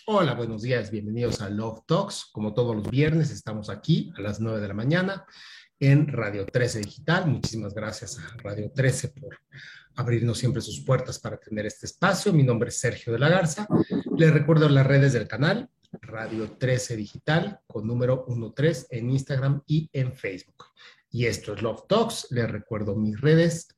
Hola, buenos días, bienvenidos a Love Talks. Como todos los viernes, estamos aquí a las 9 de la mañana en Radio 13 Digital. Muchísimas gracias a Radio 13 por abrirnos siempre sus puertas para tener este espacio. Mi nombre es Sergio de la Garza. Les recuerdo las redes del canal, Radio 13 Digital, con número 13 en Instagram y en Facebook. Y esto es Love Talks. Les recuerdo mis redes,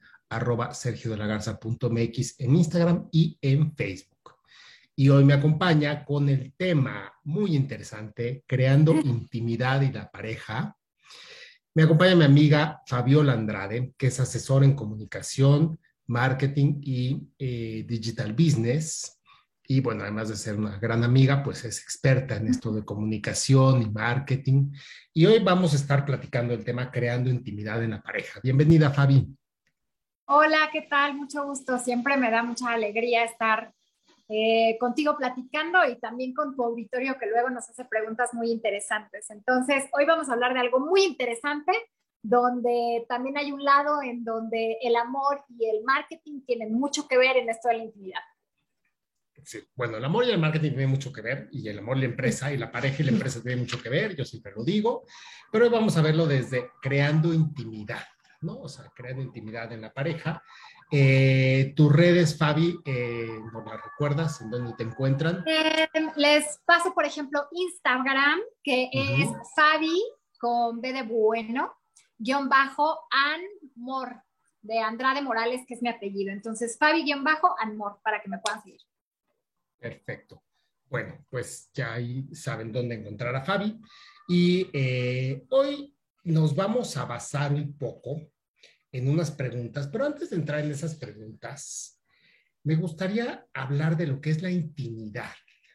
@sergiodelagarza.mx en Instagram y en Facebook. Y hoy me acompaña con el tema muy interesante, creando intimidad y la pareja. Me acompaña mi amiga Fabiola Andrade, que es asesora en comunicación, marketing y digital business. Y bueno, además de ser una gran amiga, pues es experta en esto de comunicación y marketing. Y hoy vamos a estar platicando el tema creando intimidad en la pareja. Bienvenida, Fabi. Hola, ¿qué tal? Mucho gusto. Siempre me da mucha alegría estar contigo platicando y también con tu auditorio que luego nos hace preguntas muy interesantes. Entonces, hoy vamos a hablar de algo muy interesante, donde también hay un lado en donde el amor y el marketing tienen mucho que ver en esto de la intimidad. Sí, bueno, el amor y el marketing tienen mucho que ver, y el amor y la empresa, y la pareja y la empresa tienen mucho que ver, yo siempre lo digo, pero hoy vamos a verlo desde creando intimidad, ¿no? O sea, creando intimidad en la pareja. Tus redes, Fabi, ¿no las recuerdas? ¿En dónde te encuentran? Les paso, por ejemplo, Instagram, que es Uh-huh. Fabi con B de bueno, guión bajo Anmor, de Andrade Morales, que es mi apellido. Entonces, Fabi guión bajo Anmor, para que me puedan seguir. Perfecto. Bueno, pues ya ahí saben dónde encontrar a Fabi. Y hoy nos vamos a basar un poco en unas preguntas, pero antes de entrar en esas preguntas, me gustaría hablar de lo que es la intimidad.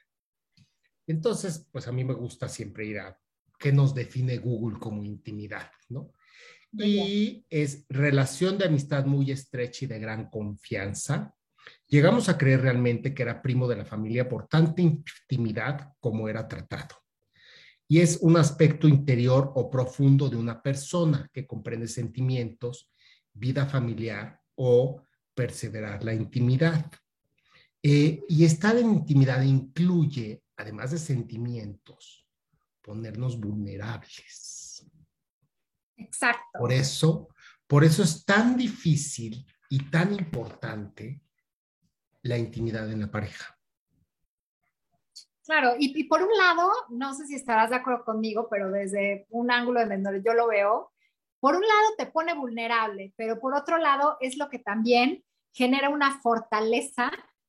Entonces, pues a mí me gusta siempre ir a qué nos define Google como intimidad, ¿no? Muy bien. Y es relación de amistad muy estrecha y de gran confianza. Llegamos a creer realmente que era primo de la familia por tanta intimidad como era tratado. Y es un aspecto interior o profundo de una persona que comprende sentimientos, vida familiar o perseverar la intimidad. Y estar en intimidad incluye, además de sentimientos, ponernos vulnerables. Por Exacto. eso, por eso es tan difícil y tan importante la intimidad en la pareja. Claro, y por un lado, no sé si estarás de acuerdo conmigo, pero desde un ángulo en donde yo lo veo, por un lado te pone vulnerable, pero por otro lado es lo que también genera una fortaleza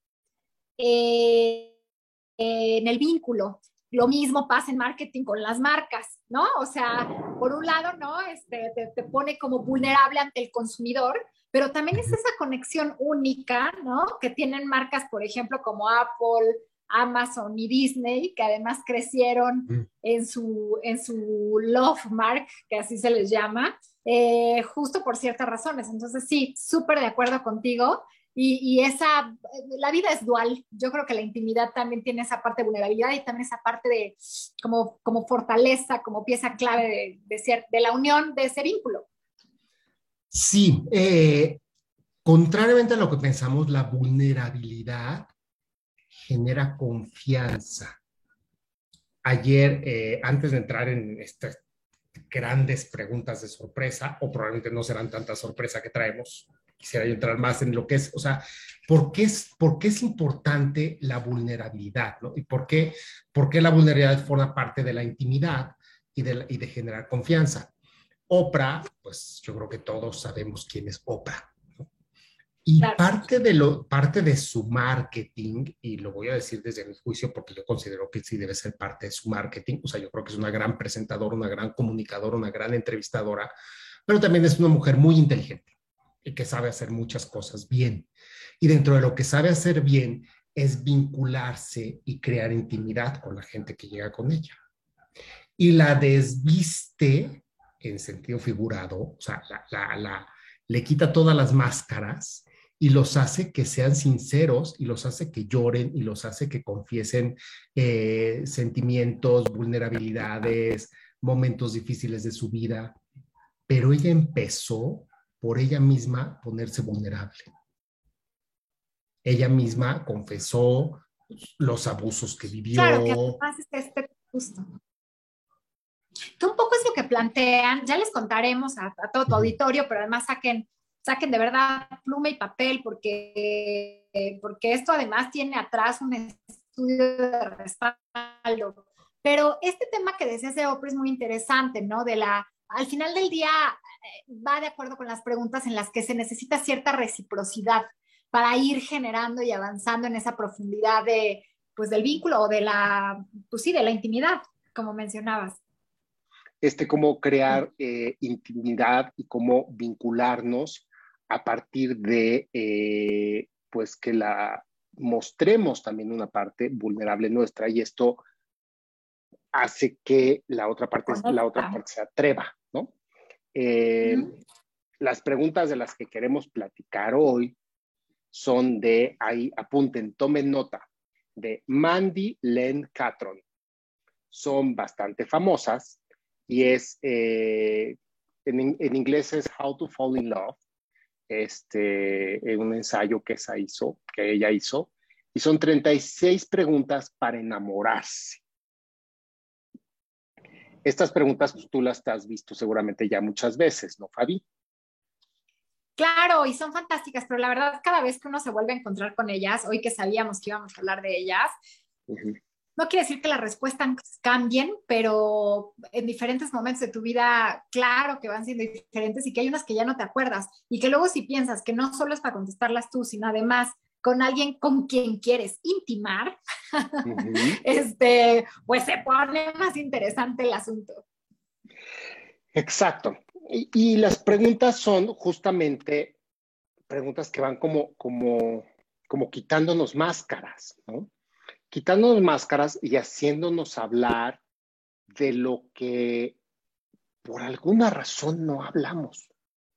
eh, en el vínculo. Lo mismo pasa en marketing con las marcas, ¿no? O sea, por un lado, ¿no? Te pone como vulnerable ante el consumidor, pero también es esa conexión única, ¿no? Que tienen marcas, por ejemplo, como Apple, Amazon y Disney, que además crecieron en su love mark, que así se les llama, justo por ciertas razones. Entonces, sí, súper de acuerdo contigo. La vida es dual. Yo creo que la intimidad también tiene esa parte de vulnerabilidad y también esa parte de como fortaleza, como pieza clave de la unión de ese vínculo. Sí, contrariamente a lo que pensamos, la vulnerabilidad genera confianza. Ayer, antes de entrar en estas grandes preguntas de sorpresa, o probablemente no serán tanta sorpresa que traemos, quisiera yo entrar más en lo que es, o sea, por qué es importante la vulnerabilidad, ¿no? Y por qué la vulnerabilidad forma parte de la intimidad y de generar confianza. Oprah, pues yo creo que todos sabemos quién es Oprah. Y Claro. parte de su marketing, y lo voy a decir desde mi juicio porque yo considero que sí debe ser parte de su marketing, o sea, yo creo que es una gran presentadora, una gran comunicadora, una gran entrevistadora, pero también es una mujer muy inteligente y que sabe hacer muchas cosas bien. Y dentro de lo que sabe hacer bien es vincularse y crear intimidad con la gente que llega con ella. Y la desviste en sentido figurado, o sea, le quita todas las máscaras y los hace que sean sinceros y los hace que lloren y los hace que confiesen sentimientos, vulnerabilidades, momentos difíciles de su vida. Pero ella empezó por ella misma ponerse vulnerable. Ella misma confesó los abusos que Claro, que vivió. además es justo. Que un poco es lo que plantean, ya les contaremos a todo tu auditorio, pero además saquen de verdad pluma y papel, porque esto además tiene atrás un estudio de respaldo. Pero este tema que decías de Oprah es muy interesante, ¿no? Al final del día va de acuerdo con las preguntas en las que se necesita cierta reciprocidad para ir generando y avanzando en esa profundidad pues, del vínculo o pues sí, de la intimidad, como mencionabas. Cómo crear intimidad y cómo vincularnos a partir de, pues, que mostremos también una parte vulnerable nuestra, y esto hace que la otra parte se atreva, ¿no? Las preguntas de las que queremos platicar hoy son ahí apunten, tomen nota, de Mandy Len Catron. Son bastante famosas y en inglés es How to Fall in Love, un ensayo que ella hizo, y son 36 preguntas para enamorarse. Estas preguntas pues, tú las has visto seguramente ya muchas veces, ¿no, Fabi? Claro, y son fantásticas, pero la verdad cada vez que uno se vuelve a encontrar con ellas, hoy que sabíamos que íbamos a hablar de ellas, no quiere decir que las respuestas cambien, pero en diferentes momentos de tu vida, claro que van siendo diferentes y que hay unas que ya no te acuerdas y que luego si piensas que no solo es para contestarlas tú, sino además con alguien con quien quieres intimar, pues se pone más interesante el asunto. Exacto. Y las preguntas son justamente preguntas que van como quitándonos máscaras, ¿no? Quitándonos máscaras y haciéndonos hablar de lo que por alguna razón no hablamos.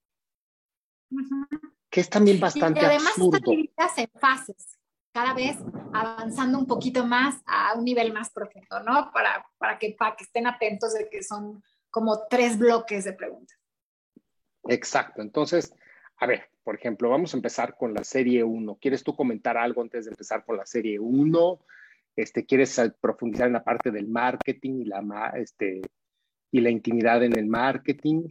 Que es también bastante absurdo. Y además están divididas en fases, cada vez avanzando un poquito más a un nivel más profundo, ¿no? Para que estén atentos de que son como 3 bloques de preguntas. Exacto. Entonces, a ver, por ejemplo, vamos a empezar con la serie 1. ¿Quieres tú comentar algo antes de empezar con la serie 1? ¿Quieres profundizar en la parte del marketing y la intimidad en el marketing?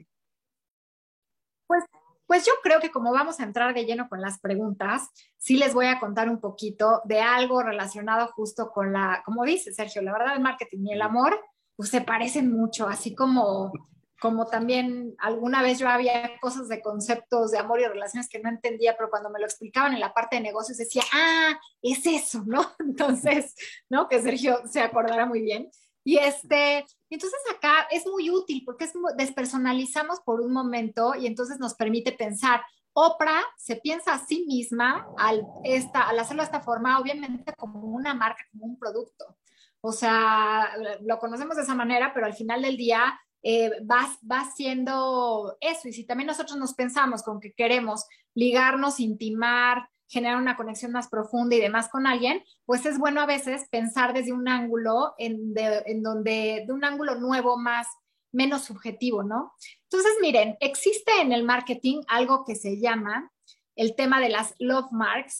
Pues yo creo que como vamos a entrar de lleno con las preguntas, sí les voy a contar un poquito de algo relacionado justo con como dice Sergio, la verdad el marketing y el amor, pues se parecen mucho, así como también alguna vez yo había cosas de conceptos de amor y relaciones que no entendía, pero cuando me lo explicaban en la parte de negocios decía, es eso, ¿no? Entonces, ¿no? Que Sergio se acordará muy bien. Y entonces acá es muy útil porque despersonalizamos por un momento y entonces nos permite pensar. Oprah se piensa a sí misma al hacerlo de esta forma, obviamente como una marca, como un producto. O sea, lo conocemos de esa manera, pero al final del día va siendo eso. Y si también nosotros nos pensamos con que queremos ligarnos, intimar, generar una conexión más profunda y demás con alguien, pues es bueno a veces pensar desde un ángulo de un ángulo nuevo, menos subjetivo, ¿no? Entonces, miren, existe en el marketing algo que se llama el tema de las love marks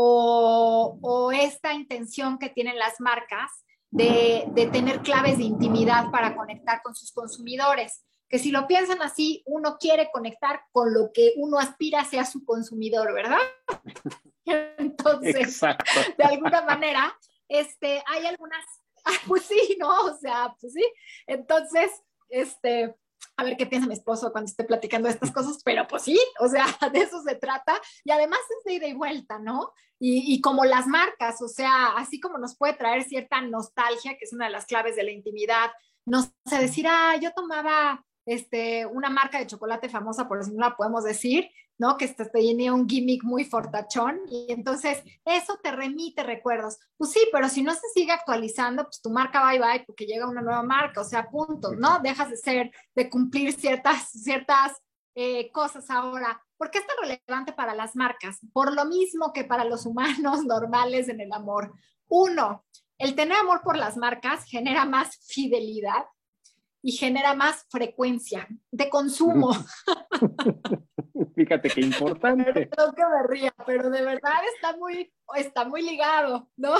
o esta intención que tienen las marcas de tener claves de intimidad para conectar con sus consumidores. Que si lo piensan así, uno quiere conectar con lo que uno aspira sea su consumidor, ¿verdad? Entonces, exacto. De alguna manera, hay algunas, pues sí, ¿no? O sea, pues sí. Entonces, a ver qué piensa mi esposo cuando esté platicando estas cosas, pero pues sí, o sea, de eso se trata. Y además es de ida y vuelta, ¿no? Y como las marcas, o sea, así como nos puede traer cierta nostalgia, que es una de las claves de la intimidad, no sé, decir, yo tomaba una marca de chocolate famosa, por si no la podemos decir, ¿no? Que tenía un gimmick muy fortachón y entonces eso te remite recuerdos. Pues sí, pero si no se sigue actualizando, pues tu marca bye porque llega una nueva marca, o sea, punto, ¿no? Dejas de cumplir ciertas cosas ahora. ¿Por qué es tan relevante para las marcas? Por lo mismo que para los humanos normales en el amor. 1, el tener amor por las marcas genera más fidelidad y genera más frecuencia de consumo. Fíjate qué importante. Perdón que me ría, pero de verdad está muy ligado, ¿no?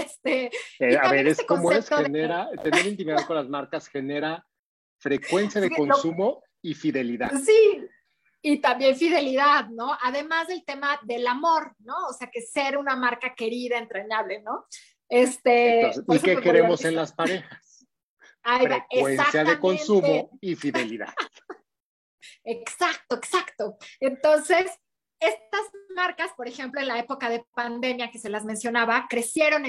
Y A ver, también es este como es, concepto de tener intimidad con las marcas genera frecuencia de consumo y fidelidad. sí, y también fidelidad, ¿no? Además del tema del amor, ¿no? O sea, que ser una marca querida, entrañable, ¿no? Entonces, Por ¿y eso qué me moría de queremos en risa. las parejas? Ahí va, Frecuencia de exactamente. consumo y fidelidad. Exacto, exacto. Entonces, estas marcas, por ejemplo, en la época de pandemia que se las mencionaba, crecieron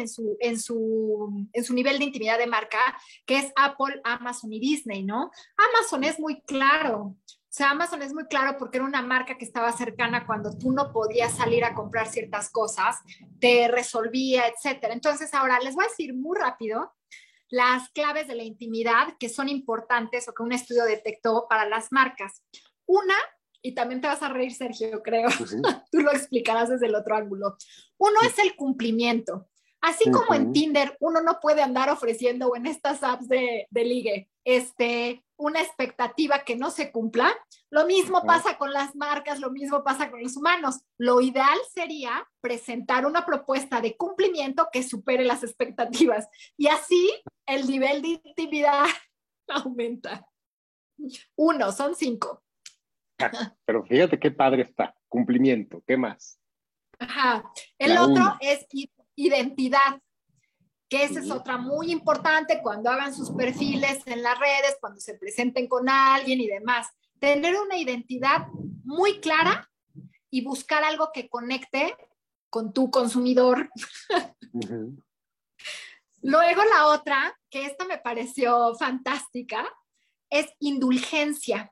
en su nivel de intimidad de marca, que es Apple, Amazon y Disney, ¿no? Amazon es muy claro. O sea, Amazon es muy claro porque era una marca que estaba cercana cuando tú no podías salir a comprar ciertas cosas, te resolvía, etcétera. Entonces, ahora les voy a decir muy rápido las claves de la intimidad que son importantes o que un estudio detectó para las marcas. Una, y también te vas a reír, Sergio, creo, Uh -huh. tú lo explicarás desde el otro ángulo. Uno es el cumplimiento. Así Uh como en -huh. Tinder uno no puede andar ofreciendo o en estas apps de ligue una expectativa que no se cumpla, lo mismo pasa con las marcas, lo mismo pasa con los humanos. Lo ideal sería presentar una propuesta de cumplimiento que supere las expectativas y así el nivel de intimidad aumenta. Uno, son 5. Pero fíjate qué padre está. Cumplimiento, ¿qué más? Ajá. El La otro uno. es identidad, que esa es Sí. otra muy importante cuando hagan sus perfiles en las redes, cuando se presenten con alguien y demás. Tener una identidad muy clara y buscar algo que conecte con tu consumidor. Uh -huh. Luego la otra, que esta me pareció fantástica, es indulgencia.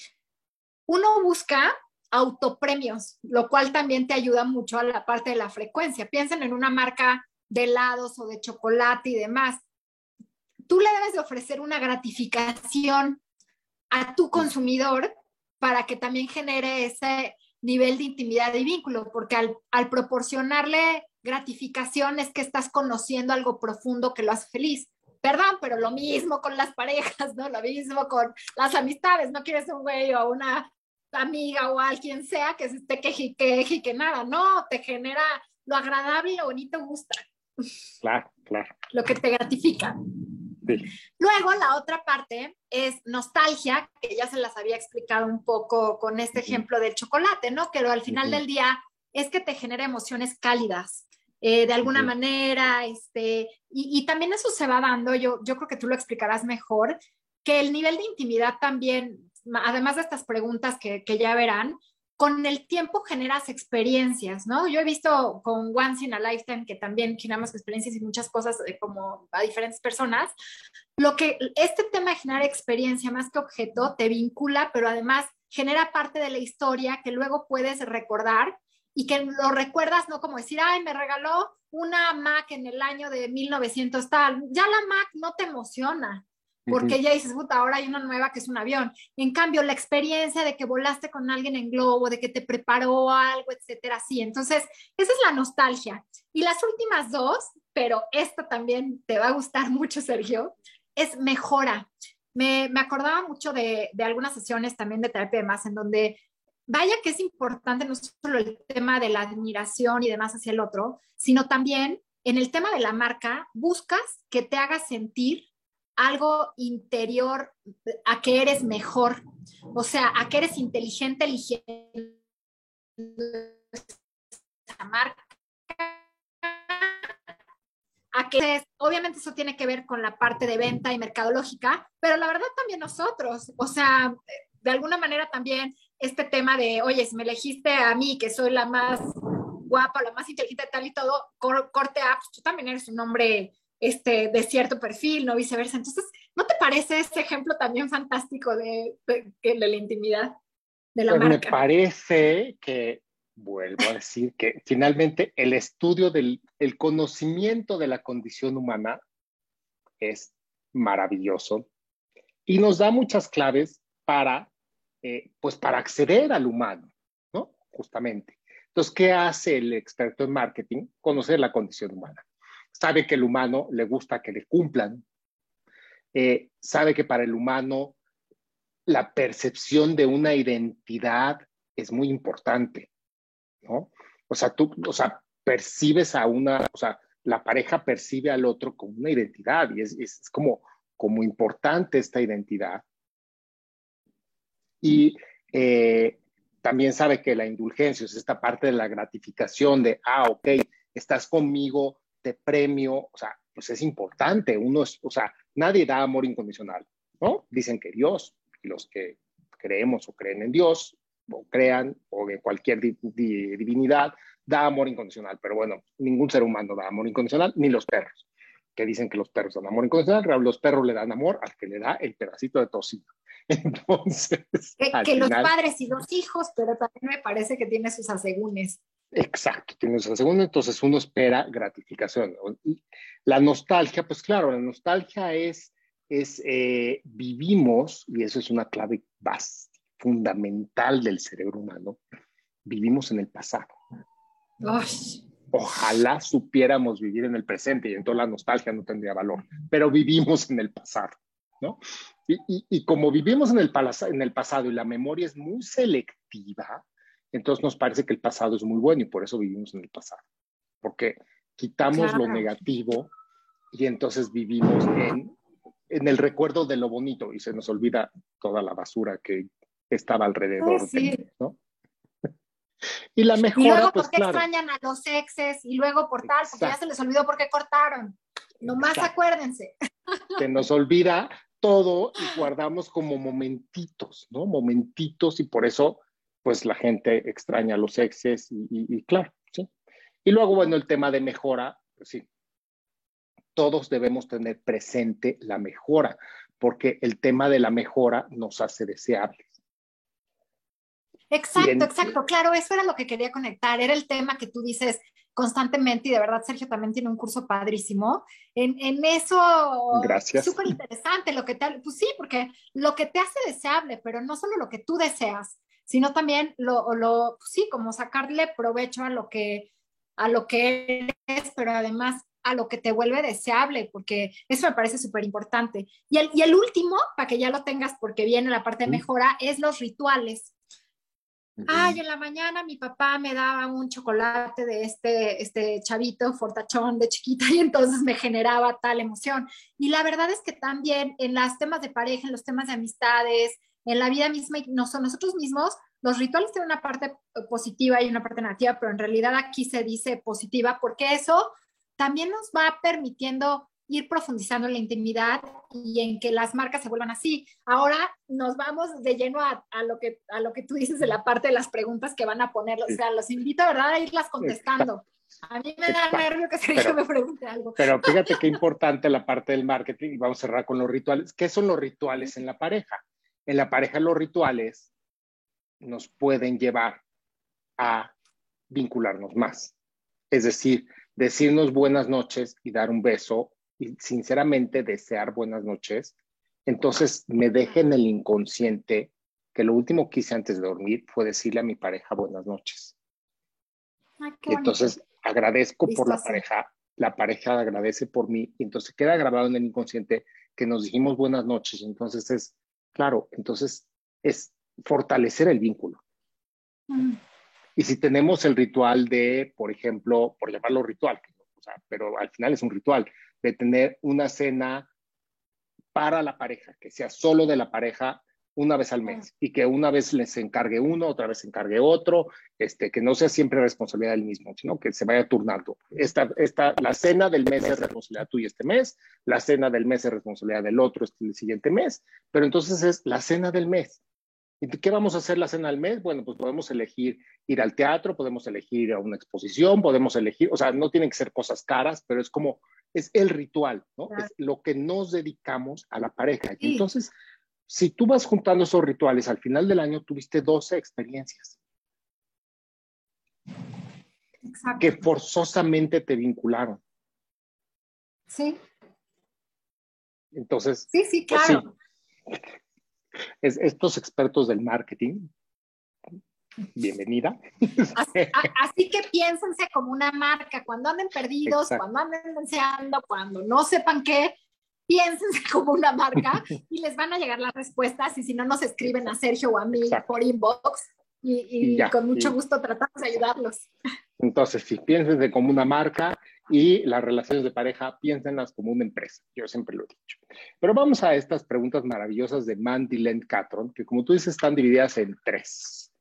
Uno busca autopremios, lo cual también te ayuda mucho a la parte de la frecuencia. Piensen en una marca de helados o de chocolate y demás. Tú le debes de ofrecer una gratificación a tu consumidor para que también genere ese nivel de intimidad y vínculo, porque al proporcionarle gratificación es que estás conociendo algo profundo que lo hace feliz. Perdón, pero lo mismo con las parejas, ¿no? Lo mismo con las amistades. No quieres un güey o una amiga o alguien sea que se esté queje, que nada, no, te genera lo agradable y lo bonito gusta. Claro, claro. Lo que te gratifica. Sí. Luego, la otra parte es nostalgia, que ya se las había explicado un poco con este ejemplo del chocolate, ¿no? Que al final del día es que te genera emociones cálidas, de alguna manera, y también eso se va dando, yo creo que tú lo explicarás mejor, que el nivel de intimidad también, además de estas preguntas que ya verán, con el tiempo generas experiencias, ¿no? Yo he visto con Once in a Lifetime que también generamos experiencias y muchas cosas como a diferentes personas. Lo que este tema de generar experiencia más que objeto te vincula, pero además genera parte de la historia que luego puedes recordar y que lo recuerdas no como decir, ay, me regaló una Mac en el año de 1900 tal. Ya la Mac no te emociona, porque ya dices, puta, ahora hay una nueva que es un avión. En cambio, la experiencia de que volaste con alguien en globo, de que te preparó algo, etcétera, sí. Entonces, esa es la nostalgia. Y las últimas dos, pero esta también te va a gustar mucho, Sergio, es mejora. Me acordaba mucho de algunas sesiones también de terapia y demás, en donde vaya que es importante no solo el tema de la admiración y demás hacia el otro, sino también en el tema de la marca, buscas que te haga sentir algo interior a que eres mejor, o sea, a que eres inteligente eligiendo esa marca, a que obviamente eso tiene que ver con la parte de venta y mercadológica, pero la verdad también nosotros, o sea, de alguna manera también este tema de, oye, si me elegiste a mí, que soy la más guapa, la más inteligente tal y todo, corte a, pues tú también eres un hombre de cierto perfil, no viceversa. Entonces, ¿no te parece este ejemplo también fantástico de la intimidad de la Pues me marca? parece que, vuelvo a decir, que finalmente el estudio del el conocimiento de la condición humana es maravilloso y nos da muchas claves pues para acceder al humano, ¿no? Justamente. Entonces, ¿qué hace el experto en marketing? Conocer la condición humana. Sabe que el humano le gusta que le cumplan, sabe que para el humano la percepción de una identidad es muy importante, ¿no? O sea, percibes o sea, la pareja percibe al otro como una identidad y es como importante esta identidad. Y también sabe que la indulgencia es esta parte de la gratificación de, ok, estás conmigo, te premio, o sea, pues es importante. O sea, nadie da amor incondicional, ¿no? Dicen que Dios, y los que creemos o creen en Dios, o crean, o en cualquier divinidad, da amor incondicional. Pero bueno, ningún ser humano da amor incondicional, ni los perros, que dicen que los perros dan amor incondicional. Los perros le dan amor al que le da el pedacito de tocino. Entonces, que los padres y los hijos, pero también me parece que tiene sus asegúnes. Exacto, tiene sus asegúnes, entonces uno espera gratificación. La nostalgia, pues claro, la nostalgia vivimos, y eso es una clave fundamental del cerebro humano, vivimos en el pasado. Uy. Ojalá supiéramos vivir en el presente y entonces la nostalgia no tendría valor, pero vivimos en el pasado, ¿no? Y como vivimos en el pasado y la memoria es muy selectiva, entonces nos parece que el pasado es muy bueno y por eso vivimos en el pasado, porque quitamos lo negativo y entonces vivimos en el recuerdo de lo bonito y se nos olvida toda la basura que estaba alrededor, ¿no? Y la mejora, y luego, pues ¿por qué claro, extrañan a los exes? Y luego por tal, porque ya se les olvidó por qué cortaron. Nomás acuérdense. Se nos olvida todo y guardamos como momentitos, ¿no? Momentitos y por eso, pues la gente extraña a los exes y claro, ¿sí? Y luego, bueno, el tema de mejora, pues sí, todos debemos tener presente la mejora, porque el tema de la mejora nos hace deseables. Exacto, claro, eso era lo que quería conectar, era el tema que tú dices constantemente y de verdad Sergio también tiene un curso padrísimo en eso. Gracias. Súper interesante lo que pues sí, porque lo que te hace deseable, pero no solo lo que tú deseas, sino también pues sí, como sacarle provecho a lo que eres, pero además a lo que te vuelve deseable, porque eso me parece súper importante. Y el último, para que ya lo tengas, porque viene la parte de mejora, es los rituales. Ay, en la mañana mi papá me daba un chocolate de este chavito fortachón de chiquita y entonces me generaba tal emoción. Y la verdad es que también en los temas de pareja, en los temas de amistades, en la vida misma, nosotros mismos, los rituales tienen una parte positiva y una parte negativa, pero en realidad aquí se dice positiva porque eso también nos va permitiendo ir profundizando en la intimidad y en que las marcas se vuelvan así. Ahora nos vamos de lleno a lo que tú dices de la parte de las preguntas que van a poner. O sea, los invito, ¿verdad?, a irlas contestando. A mí me da nervio que Sergio me pregunte algo. Pero fíjate qué importante la parte del marketing y vamos a cerrar con los rituales. ¿Qué son los rituales en la pareja? En la pareja los rituales nos pueden llevar a vincularnos más. Es decir, decirnos buenas noches y dar un beso y sinceramente desear buenas noches, entonces me deje en el inconsciente que lo último que hice antes de dormir fue decirle a mi pareja buenas noches. Ay, y entonces agradezco por la pareja agradece por mí, y entonces queda grabado en el inconsciente que nos dijimos buenas noches, entonces entonces es fortalecer el vínculo. Y si tenemos el ritual de, por ejemplo, por llamarlo ritual, o sea, pero al final es un ritual, de tener una cena para la pareja, que sea solo de la pareja una vez al mes y que una vez les encargue uno, otra vez encargue otro, que no sea siempre responsabilidad del mismo, sino que se vaya turnando. La cena del mes es responsabilidad tuya este mes, la cena del mes es responsabilidad del otro el siguiente mes, pero entonces es la cena del mes. ¿Y qué vamos a hacer la cena del mes? Bueno, pues podemos elegir ir al teatro, podemos elegir ir a una exposición, podemos elegir, o sea, no tienen que ser cosas caras, pero es el ritual, ¿no? Claro. Es lo que nos dedicamos a la pareja. Sí. Entonces, si tú vas juntando esos rituales, al final del año tuviste 12 experiencias. Exacto. Que forzosamente te vincularon. Sí. Entonces, sí, claro. Pues sí. Estos expertos del marketing, bienvenida. Así que piénsense como una marca, cuando anden perdidos, exacto, cuando anden deseando, cuando no sepan qué, piénsense como una marca y les van a llegar las respuestas, y si no nos escriben a Sergio o a mí, exacto, por inbox Y ya. Con mucho gusto tratamos de ayudarlos. Entonces, sí, piénsense como una marca y las relaciones de pareja, piénsenlas como una empresa. Yo siempre lo he dicho. Pero vamos a estas preguntas maravillosas de Mandy Lent Catron, que como tú dices, están divididas en 3.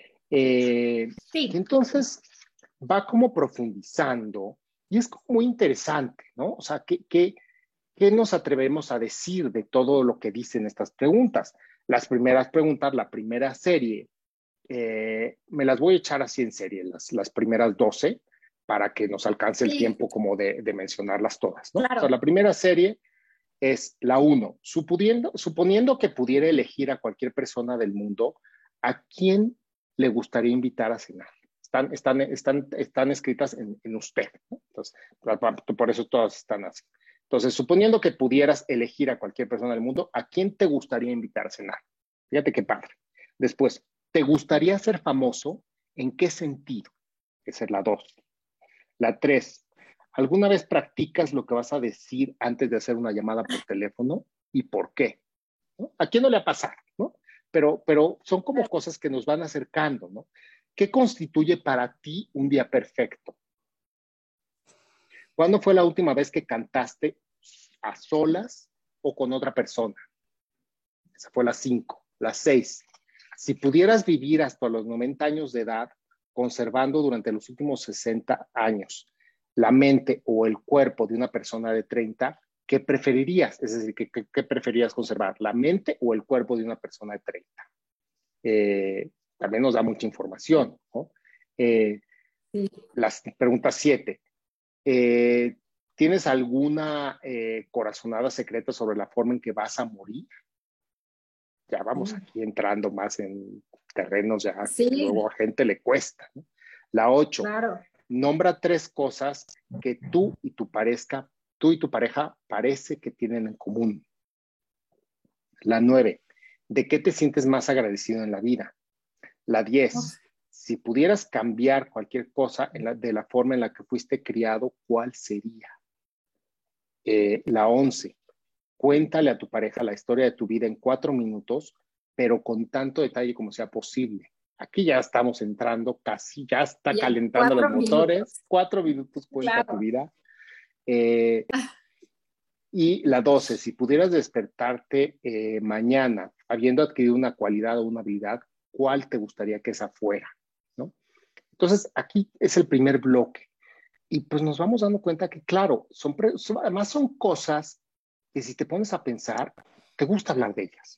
Sí. Entonces, va como profundizando y es como muy interesante, ¿no? O sea, ¿qué nos atrevemos a decir de todo lo que dicen estas preguntas? Las primeras preguntas, la primera serie, me las voy a echar así en serie, las primeras 12, para que nos alcance el tiempo como de mencionarlas todas, ¿no? Claro. O sea, la primera serie es la 1. Suponiendo que pudiera elegir a cualquier persona del mundo, ¿a quién le gustaría invitar a cenar? Están escritas en usted, ¿no? Entonces, por eso todas están así. Entonces, suponiendo que pudieras elegir a cualquier persona del mundo, ¿a quién te gustaría invitar a cenar? Fíjate qué padre. Después, ¿te gustaría ser famoso? ¿En qué sentido? Esa es la 2. La 3, ¿alguna vez practicas lo que vas a decir antes de hacer una llamada por teléfono? ¿Y por qué? ¿No? ¿A quién no le ha pasado? ¿No? Pero son como cosas que nos van acercando, ¿no? ¿Qué constituye para ti un día perfecto? ¿Cuándo fue la última vez que cantaste a solas o con otra persona? Esa fue la 5. La 6. Si pudieras vivir hasta los 90 años de edad, conservando durante los últimos 60 años la mente o el cuerpo de una persona de 30, ¿qué preferirías? Es decir, ¿qué preferirías conservar? ¿La mente o el cuerpo de una persona de 30? También nos da mucha información, ¿no? Sí. Las preguntas 7. ¿Tienes alguna corazonada secreta sobre la forma en que vas a morir? Ya vamos aquí entrando más en terrenos ya que luego a gente le cuesta, ¿no? La 8. Claro. Nombra 3 cosas que tú y tu pareja parece que tienen en común. La 9. ¿De qué te sientes más agradecido en la vida? La 10. Si pudieras cambiar cualquier cosa de la forma en la que fuiste criado, ¿cuál sería? La 11. Cuéntale a tu pareja la historia de tu vida en 4 minutos, pero con tanto detalle como sea posible. Aquí ya estamos entrando casi, ya está calentando los motores. 4 minutos cuenta tu vida. Y la 12, si pudieras despertarte mañana habiendo adquirido una cualidad o una habilidad, ¿cuál te gustaría que esa fuera? ¿No? Entonces, aquí es el primer bloque. Y pues nos vamos dando cuenta que, claro, además son cosas que si te pones a pensar, te gusta hablar de ellas,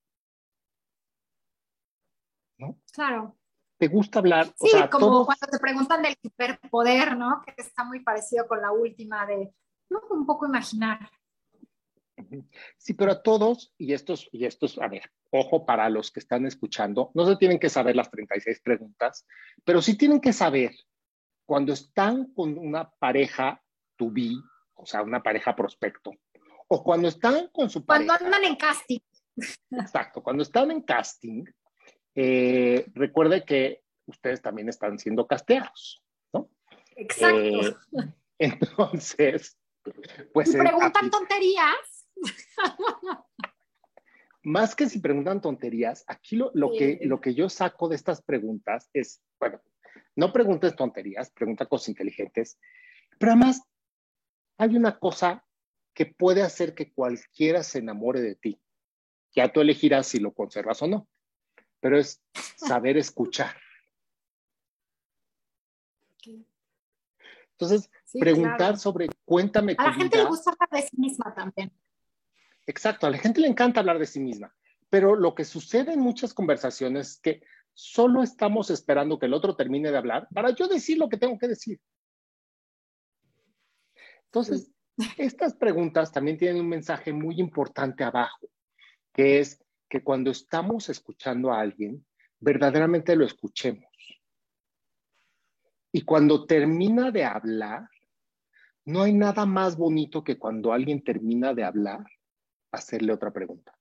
¿no? Claro. Te gusta hablar, sí, o sea, como todos... cuando te preguntan del superpoder, ¿no? Que está muy parecido con la última de, no, un poco imaginar. Sí, pero a todos, y estos, a ver, ojo para los que están escuchando, no se tienen que saber las 36 preguntas, pero sí tienen que saber cuando están con una pareja to be, o sea, una pareja prospecto, o cuando están con su pareja. Cuando andan en casting. Exacto, cuando están en casting, recuerde que ustedes también están siendo casteados, ¿no? Exacto. Entonces, pues... Y preguntan tonterías. Más que si preguntan tonterías, aquí lo que yo saco de estas preguntas es, bueno, no preguntes tonterías, pregunta cosas inteligentes, pero además hay una cosa que puede hacer que cualquiera se enamore de ti. Ya tú elegirás si lo conservas o no, pero es saber escuchar. Entonces, preguntar sobre, cuéntame tu vida. A la gente le gusta hablar de sí misma también. Exacto, a la gente le encanta hablar de sí misma, pero lo que sucede en muchas conversaciones es que solo estamos esperando que el otro termine de hablar para yo decir lo que tengo que decir. Entonces, estas preguntas también tienen un mensaje muy importante abajo, que es que cuando estamos escuchando a alguien, verdaderamente lo escuchemos. Y cuando termina de hablar, no hay nada más bonito que cuando alguien termina de hablar, hacerle otra pregunta.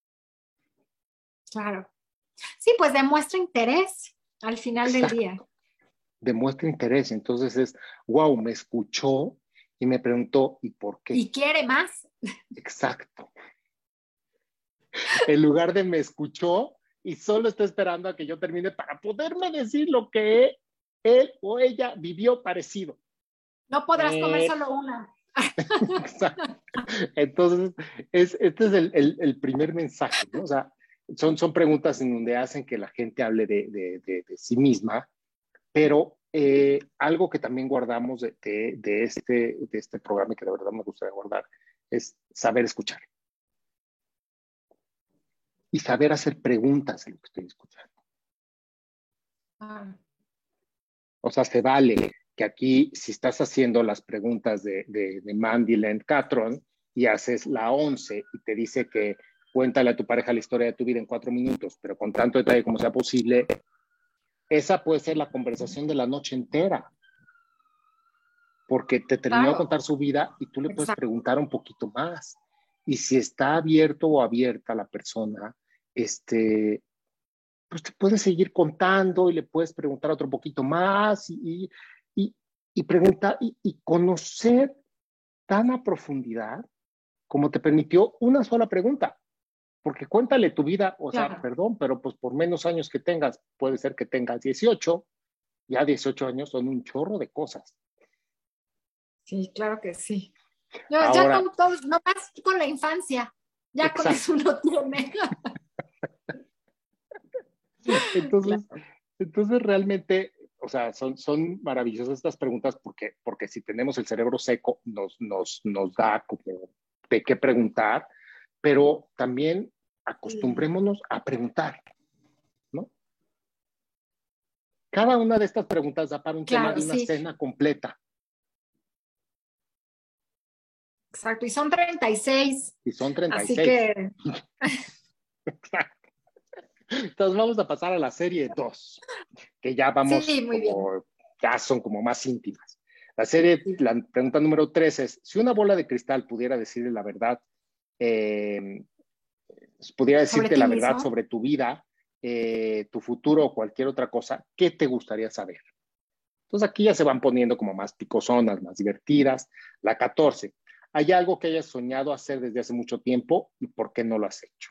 Claro. Sí, pues demuestra interés al final del día. Demuestra interés. Entonces es, wow, me escuchó y me preguntó, ¿y por qué? Y quiere más. Exacto. En lugar de me escuchó y solo está esperando a que yo termine para poderme decir lo que él o ella vivió parecido. No podrás comer solo una. Exacto. Entonces, este es el primer mensaje, ¿no? O sea, son preguntas en donde hacen que la gente hable de sí misma, pero algo que también guardamos de este programa y que de verdad me gustaría guardar es saber escuchar y saber hacer preguntas en lo que estoy escuchando. O sea, se vale que aquí, si estás haciendo las preguntas de Mandy Land Catron y haces la 11 y te dice que cuéntale a tu pareja la historia de tu vida en 4 minutos, pero con tanto detalle como sea posible, esa puede ser la conversación de la noche entera. Porque te terminó de contar su vida y tú le puedes preguntar un poquito más. Y si está abierto o abierta la persona, pues te puedes seguir contando y le puedes preguntar otro poquito más y preguntar y conocer tan a profundidad como te permitió una sola pregunta. Porque cuéntale tu vida, o sea, perdón, pero pues por menos años que tengas, puede ser que tengas 18, ya 18 años son un chorro de cosas. Sí, claro que sí. Ya con todos, no más con la infancia, ya exacto. Con eso uno tiene. Entonces realmente, o sea, son maravillosas estas preguntas porque si tenemos el cerebro seco nos da como de qué preguntar, pero también acostumbrémonos a preguntar, ¿no? Cada una de estas preguntas da para un tema de una cena completa. Exacto, y son 36. Y son 36. Así que... Exacto. Entonces vamos a pasar a la serie 2, que ya vamos ya son como más íntimas. La pregunta número 3 es, si una bola de cristal pudiera decirle la verdad, pudiera decirte la verdad sobre tu vida, tu futuro o cualquier otra cosa, ¿qué te gustaría saber? Entonces aquí ya se van poniendo como más picosonas, más divertidas. La 14, ¿hay algo que hayas soñado hacer desde hace mucho tiempo y por qué no lo has hecho?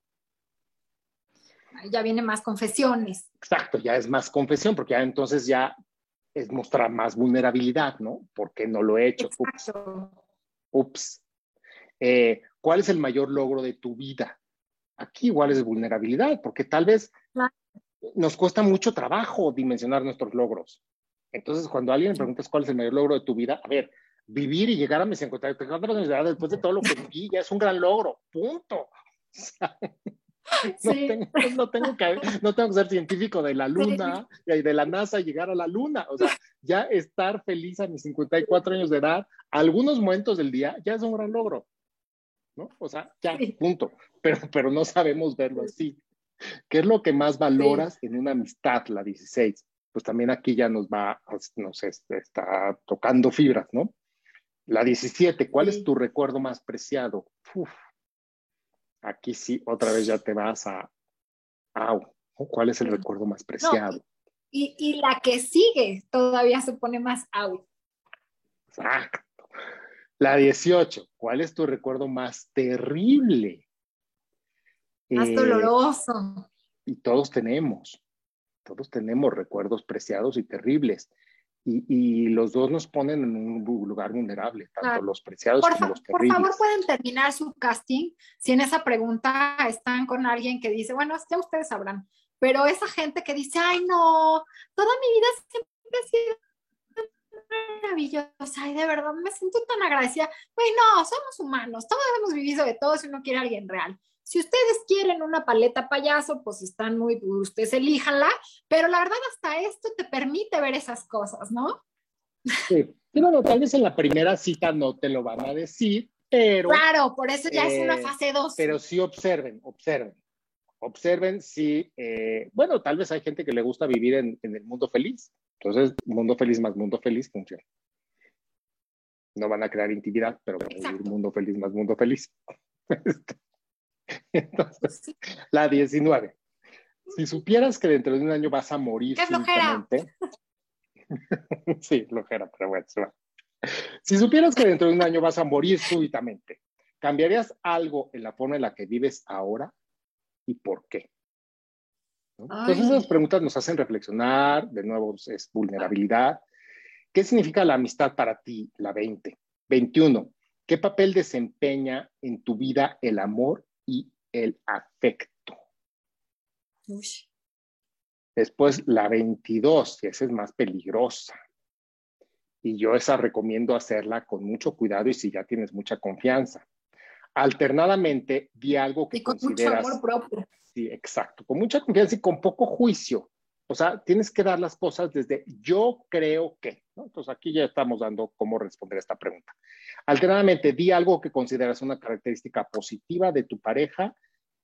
Ya viene más confesiones. Exacto, ya es más confesión, porque ya entonces ya es mostrar más vulnerabilidad, ¿no? ¿Por qué no lo he hecho? Ups. ¿Cuál es el mayor logro de tu vida? Aquí igual es vulnerabilidad, porque tal vez nos cuesta mucho trabajo dimensionar nuestros logros. Entonces, cuando alguien me pregunta cuál es el mayor logro de tu vida, a ver, vivir y llegar a mis 54 años de edad después de todo lo que viví ya es un gran logro, punto. O sea, no tengo que ser científico de la Luna y de la NASA y llegar a la Luna. O sea, ya estar feliz a mis 54 años de edad, algunos momentos del día, ya es un gran logro, ¿no? O sea, ya, punto. Pero no sabemos verlo así. ¿Qué es lo que más valoras en una amistad, la 16? Pues también aquí ya nos está tocando fibras, ¿no? La 17, ¿cuál es tu recuerdo más preciado? Uf. Aquí sí, otra vez ya te vas ¿cuál es el recuerdo más preciado? No, y la que sigue todavía se pone más out. Exacto. La 18, ¿cuál es tu recuerdo más terrible? Más doloroso. Y todos tenemos recuerdos preciados y terribles. Y los dos nos ponen en un lugar vulnerable, tanto los preciados como los terribles. Por favor, pueden terminar su casting si en esa pregunta están con alguien que dice, bueno, ya ustedes sabrán, pero esa gente que dice, ay, no, toda mi vida siempre ha sido maravillosa y de verdad me siento tan agradecida. Bueno, somos humanos, todos hemos vivido de todo si uno quiere a alguien real. Si ustedes quieren una paleta payaso, pues están ustedes elíjanla, pero la verdad hasta esto te permite ver esas cosas, ¿no? Sí, bueno, tal vez en la primera cita no te lo van a decir, pero... Claro, por eso ya es una fase 2. Pero sí observen si, bueno, tal vez hay gente que le gusta vivir en el mundo feliz, entonces mundo feliz más mundo feliz funciona. No van a crear intimidad, pero van a vivir mundo feliz más mundo feliz. Entonces, la 19. Si supieras que dentro de un año vas a morir súbitamente. Sí, flojera, pero bueno, se va. Si supieras que dentro de un año vas a morir súbitamente, ¿cambiarías algo en la forma en la que vives ahora? ¿Y por qué? ¿no? Entonces Ay. esas preguntas nos hacen reflexionar, de nuevo es vulnerabilidad. ¿Qué significa la amistad para ti? La 20. 21. ¿Qué papel desempeña en tu vida el amor y el afecto? Uy. Después la 22, que esa es más peligrosa. Y yo esa recomiendo hacerla con mucho cuidado y si ya tienes mucha confianza. Alternadamente, di algo que Y con mucho amor consideras, propio. sí, exacto, con mucha confianza y con poco juicio. O sea, tienes que dar las cosas desde yo creo que, ¿no? Entonces aquí ya estamos dando cómo responder esta pregunta. Alternadamente, di algo que consideras una característica positiva de tu pareja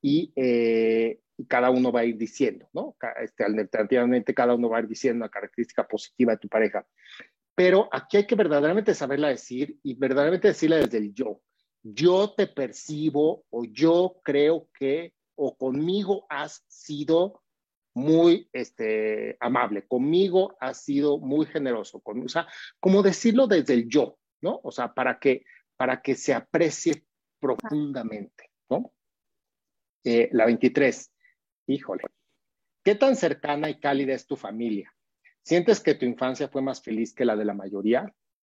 y cada uno va a ir diciendo, ¿no? Alternativamente, cada uno va a ir diciendo una característica positiva de tu pareja. Pero aquí hay que verdaderamente saberla decir y verdaderamente decirla desde el yo. Yo te percibo o yo creo que o conmigo has sido muy amable, conmigo has sido muy generoso, o sea, como decirlo desde el yo, ¿no? O sea, para que se aprecie profundamente, ¿no? La 23, híjole, ¿qué tan cercana y cálida es tu familia? ¿Sientes que tu infancia fue más feliz que la de la mayoría?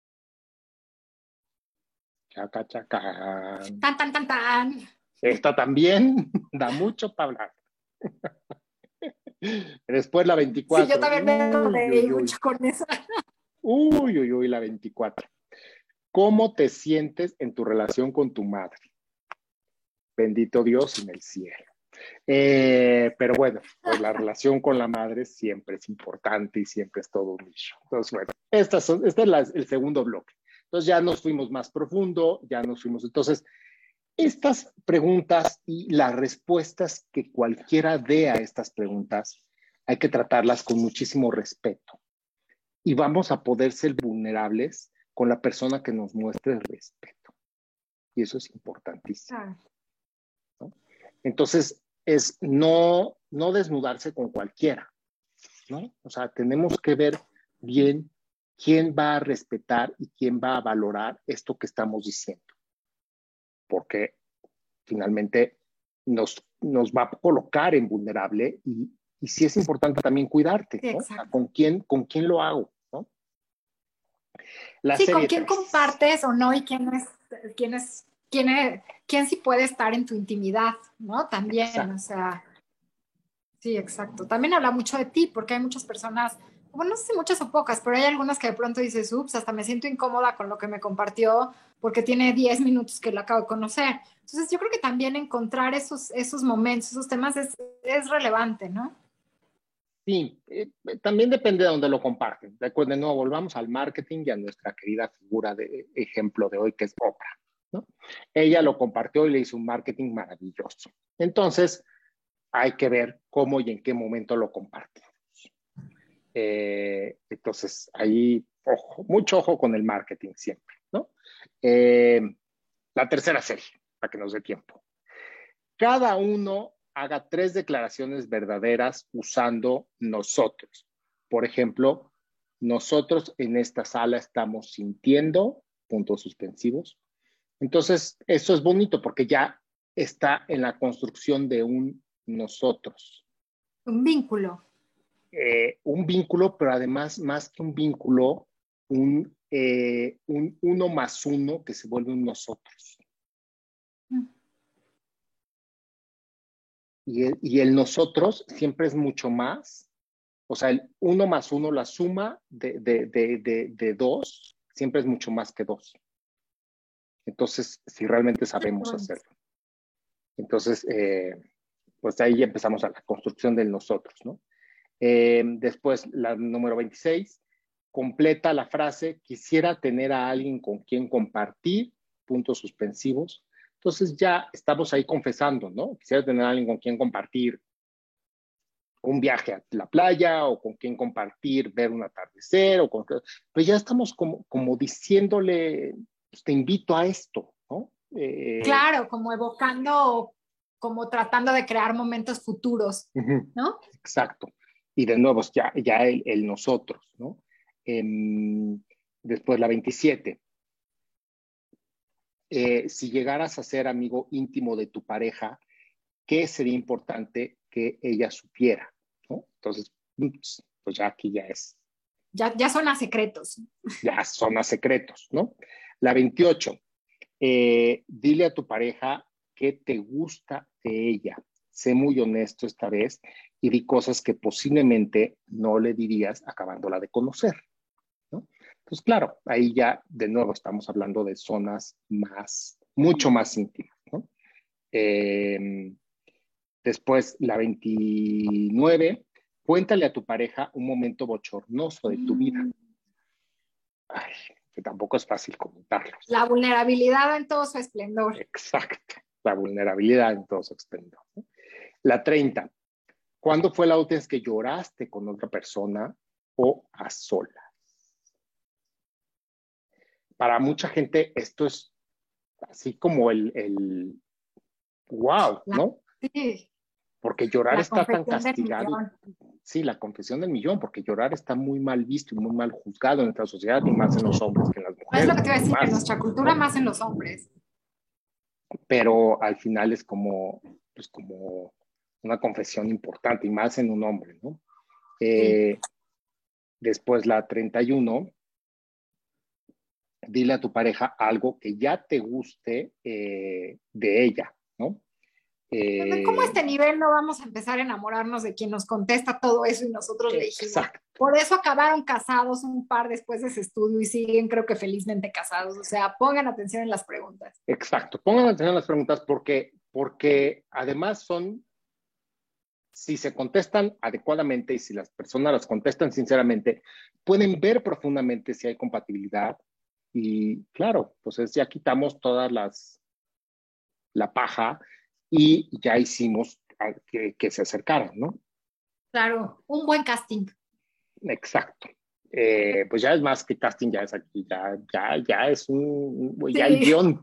Chaca, chaca. Tan, tan, tan, tan. Esta también da mucho para hablar. Después la Sí, yo 24. también me Uy, reí uy, mucho uy. con eso. Uy, uy, uy, la 24. ¿Cómo te sientes en tu relación con tu madre? Bendito Dios en el cielo. Pero bueno, pues la relación con la madre siempre es importante y siempre es todo un nicho. Entonces, bueno, este es el segundo bloque. Entonces ya nos fuimos más profundo, ya nos fuimos. Entonces, estas preguntas y las respuestas que cualquiera dé a estas preguntas, hay que tratarlas con muchísimo respeto. Y vamos a poder ser vulnerables con la persona que nos muestre respeto. Y eso es importantísimo, Ah, ¿no? Entonces, es no desnudarse con cualquiera, ¿no? O sea, tenemos que ver bien quién va a respetar y quién va a valorar esto que estamos diciendo. Porque finalmente nos va a colocar en vulnerable y sí es importante también cuidarte, sí, ¿no? O sea, exacto. con quién lo hago, ¿no? La Sí, con serie quién 3. compartes o no y quién sí puede estar en tu intimidad, ¿no? También, o Exacto. sea, sí, exacto. También habla mucho de ti, porque hay muchas personas, bueno, no sé si muchas o pocas, pero hay algunas que de pronto dices, ups, hasta me siento incómoda con lo que me compartió porque tiene 10 minutos que lo acabo de conocer. Entonces, yo creo que también encontrar esos momentos, esos temas es relevante, ¿no? Sí, también depende de dónde lo comparten. De nuevo, volvamos al marketing y a nuestra querida figura de ejemplo de hoy, que es Oprah, ¿no? Ella lo compartió y le hizo un marketing maravilloso. Entonces, hay que ver cómo y en qué momento lo comparten. Entonces, ahí, ojo, mucho ojo con el marketing siempre, ¿no? Eh, la tercera serie, para que nos dé tiempo. Cada uno haga 3 declaraciones verdaderas usando nosotros. Por ejemplo, nosotros en esta sala estamos sintiendo, puntos suspensivos. Entonces, eso es bonito porque ya está en la construcción de un nosotros. Un vínculo. Un vínculo, pero además, más que un vínculo, un uno más uno que se vuelve un nosotros. Y el nosotros siempre es mucho más, o sea, el uno más uno, la suma de dos, siempre es mucho más que dos. Entonces, si realmente sabemos hacerlo. Entonces, pues ahí ya empezamos a la construcción del nosotros, ¿no? Después, la número 26, completa la frase, quisiera tener a alguien con quien compartir, puntos suspensivos. Entonces ya estamos ahí confesando, ¿no? Quisiera tener a alguien con quien compartir un viaje a la playa o con quien compartir, ver un atardecer, pues ya estamos como diciéndole, pues te invito a esto, ¿no? Claro, como evocando, como tratando de crear momentos futuros, Uh-huh, ¿no? exacto. Y de nuevo, ya el nosotros, ¿no? Después la 27. Si llegaras a ser amigo íntimo de tu pareja, ¿qué sería importante que ella supiera? Entonces, pues ya aquí ya es. Ya son a secretos. Ya son a secretos, ¿no? La 28. Dile a tu pareja qué te gusta de ella. Sé muy honesto esta vez y di cosas que posiblemente no le dirías acabándola de conocer, ¿no? Pues claro, ahí ya de nuevo estamos hablando de zonas mucho más íntimas, ¿no? Después, la 29, cuéntale a tu pareja un momento bochornoso de tu vida. Ay, que tampoco es fácil comentarlos. La vulnerabilidad en todo su esplendor. Exacto, la vulnerabilidad en todo su esplendor, ¿no? La 30, ¿cuándo fue la última vez que lloraste con otra persona o a solas? Para mucha gente esto es así como el wow, ¿no? Sí, Porque llorar la está tan confesión del castigado. millón. Sí, la confesión del millón, porque llorar está muy mal visto y muy mal juzgado en nuestra sociedad, y más en los hombres que en las Es mujeres. lo que te iba a decir, en Más. nuestra cultura más en los hombres. Pero al final es como, pues como una confesión importante, y más en un hombre, ¿no? Sí. Después la 31, dile a tu pareja algo que ya te guste de ella, ¿no? ¿Cómo a este nivel no vamos a empezar a enamorarnos de quien nos contesta todo eso y nosotros le dijimos? Exacto. Por eso acabaron casados un par después de ese estudio y siguen, creo que felizmente casados. O sea, pongan atención en las preguntas. Exacto. Pongan atención a las preguntas porque además son, si se contestan adecuadamente y si las personas las contestan sinceramente, pueden ver profundamente si hay compatibilidad. Y claro, pues ya quitamos la paja y ya hicimos que se acercaran, ¿no? Claro, un buen casting. Exacto. Pues ya es más que casting, ya es aquí, ya es ya el Sí, guión,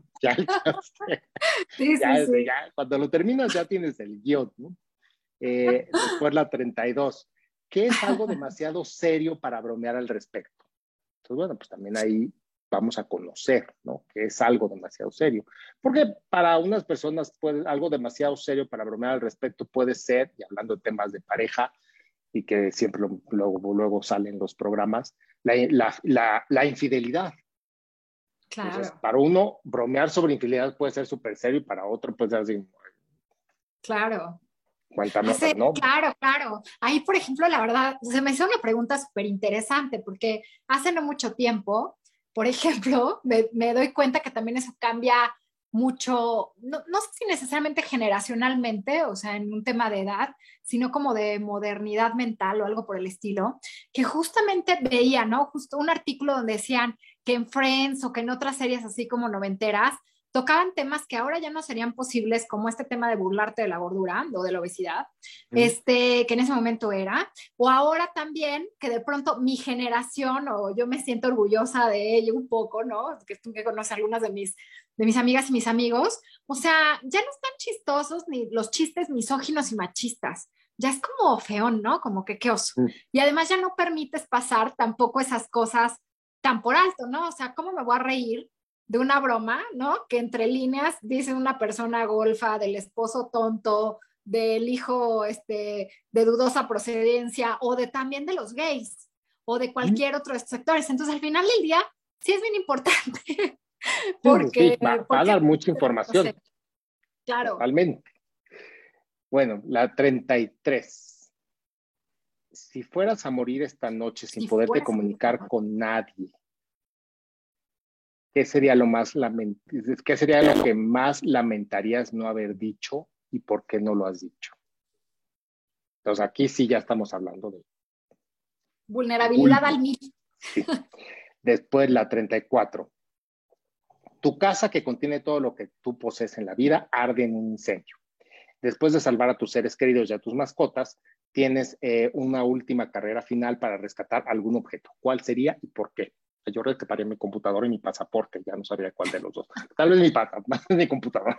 sí, sí, sí. ya, cuando lo terminas ya tienes el guión, ¿no? Después la 32. ¿Qué es algo demasiado serio para bromear al respecto? Entonces, bueno, pues también ahí vamos a conocer, ¿no? Que es algo demasiado serio. Porque para unas personas algo demasiado serio para bromear al respecto puede ser, y hablando de temas de pareja, y que siempre luego salen los programas, la infidelidad. Entonces, Claro, para uno, bromear sobre infidelidad puede ser súper serio y para otro puede ser así, claro. cuéntame otra, ¿no? Claro, claro. Ahí, por ejemplo, la verdad, se me hizo una pregunta súper interesante porque hace no mucho tiempo, por ejemplo, me doy cuenta que también eso cambia mucho, no sé si necesariamente generacionalmente, o sea, en un tema de edad, sino como de modernidad mental o algo por el estilo, que justamente veía, ¿no? Justo un artículo donde decían que en Friends o que en otras series así como noventeras, tocaban temas que ahora ya no serían posibles, como este tema de burlarte de la gordura o de la obesidad, que en ese momento era, o ahora también que de pronto mi generación, o yo me siento orgullosa de ello un poco, ¿no? Que tú que conoces algunas de mis amigas y mis amigos, o sea, ya no están chistosos ni los chistes misóginos y machistas. Ya es como feón, ¿no? Como que qué oso. Y además ya no permites pasar tampoco esas cosas tan por alto, ¿no? O sea, ¿cómo me voy a reír de una broma, ¿no? Que entre líneas dice una persona golfa, del esposo tonto, del hijo de dudosa procedencia, o de también de los gays, o de cualquier otro de estos sectores. Entonces, al final del día, sí es bien importante, Sí, porque, va a dar mucha no sé, información, claro, totalmente. Bueno, la 33. Si fueras a morir esta noche sin si poderte fueras a comunicar con nadie, ¿qué sería qué sería lo que más lamentarías no haber dicho y por qué no lo has dicho? Entonces aquí sí ya estamos hablando de vulnerabilidad al vulva. mil. Sí. Después la 34. Tu casa que contiene todo lo que tú posees en la vida arde en un incendio. Después de salvar a tus seres queridos y a tus mascotas, tienes una última carrera final para rescatar algún objeto. ¿Cuál sería y por qué? Yo rescataría mi computadora y mi pasaporte, ya no sabría cuál de los dos. Tal vez mi computadora.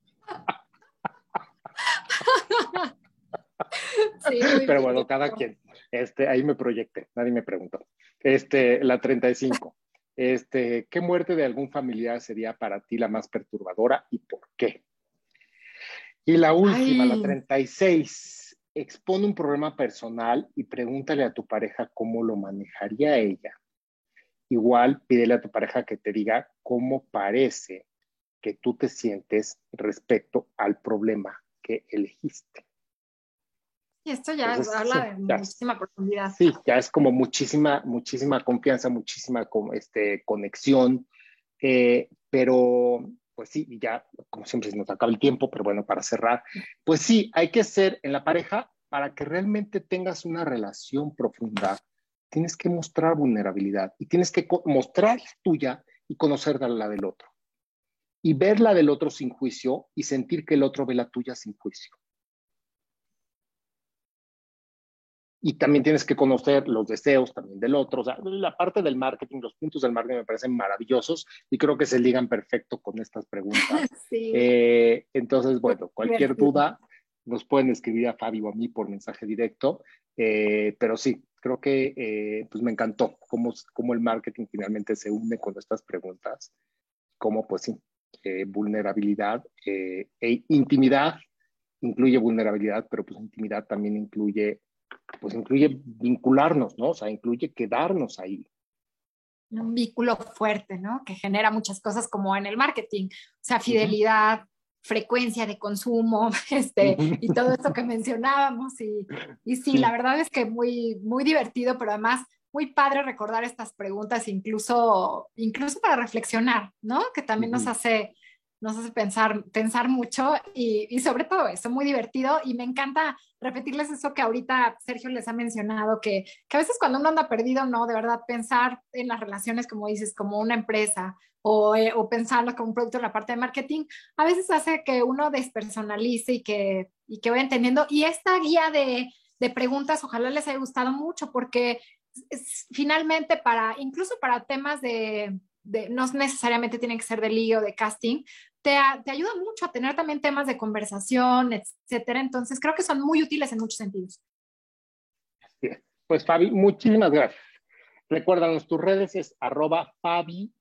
Sí, muy Pero bien. bueno, cada quien. Ahí me proyecté, nadie me preguntó. La 35. ¿Qué muerte de algún familiar sería para ti la más perturbadora y por qué? Y la última, la Ay, 36. expone un problema personal y pregúntale a tu pareja cómo lo manejaría ella. Igual pídele a tu pareja que te diga cómo parece que tú te sientes respecto al problema que elegiste. Y esto ya Entonces, habla de muchísima profundidad. Sí, ya es como muchísima confianza, muchísima conexión, pero pues sí, y ya como siempre se nos acaba el tiempo, pero bueno, para cerrar, pues sí, hay que ser en la pareja, para que realmente tengas una relación profunda, tienes que mostrar vulnerabilidad y tienes que mostrar la tuya y conocer la del otro. Y ver la del otro sin juicio y sentir que el otro ve la tuya sin juicio. Y también tienes que conocer los deseos también del otro. O sea, la parte del marketing, los puntos del marketing me parecen maravillosos y creo que se ligan perfecto con estas preguntas. Sí. Entonces, bueno, cualquier duda nos pueden escribir a Fabi o a mí por mensaje directo. Pero sí, creo que pues me encantó cómo el marketing finalmente se une con estas preguntas. Cómo, pues sí, vulnerabilidad e intimidad incluye vulnerabilidad, pero pues intimidad también incluye vincularnos, ¿no? O sea, incluye quedarnos ahí. Un vínculo fuerte, ¿no? Que genera muchas cosas como en el marketing, o sea, fidelidad, frecuencia de consumo, y todo esto que mencionábamos. Y sí, la verdad es que muy, muy divertido, pero además muy padre recordar estas preguntas, incluso para reflexionar, ¿no? Que también nos hace pensar mucho y sobre todo eso, muy divertido. Y me encanta repetirles eso que ahorita Sergio les ha mencionado, que a veces cuando uno anda perdido, no, de verdad, pensar en las relaciones, como dices, como una empresa o pensarlo como un producto en la parte de marketing, a veces hace que uno despersonalice y que vaya entendiendo. Y esta guía de preguntas, ojalá les haya gustado mucho, porque finalmente incluso para temas no necesariamente tienen que ser de ligue o de casting, te ayuda mucho a tener también temas de conversación, etcétera. Entonces, creo que son muy útiles en muchos sentidos. Pues Fabi, muchísimas gracias. Recuérdanos, tus redes es @Fabi_Anmor.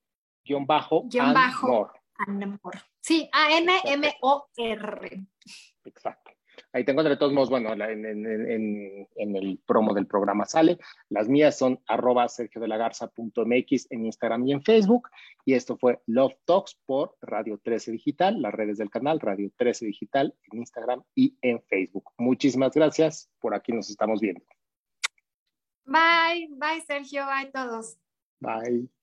Sí, ANMOR. Exacto. Ahí tengo de todos modos, bueno, en el promo del programa sale. Las mías son @sergiodelagarza.mx en Instagram y en Facebook. Y esto fue Love Talks por Radio 13 Digital, las redes del canal Radio 13 Digital en Instagram y en Facebook. Muchísimas gracias. Por aquí nos estamos viendo. Bye, Sergio, bye todos. Bye.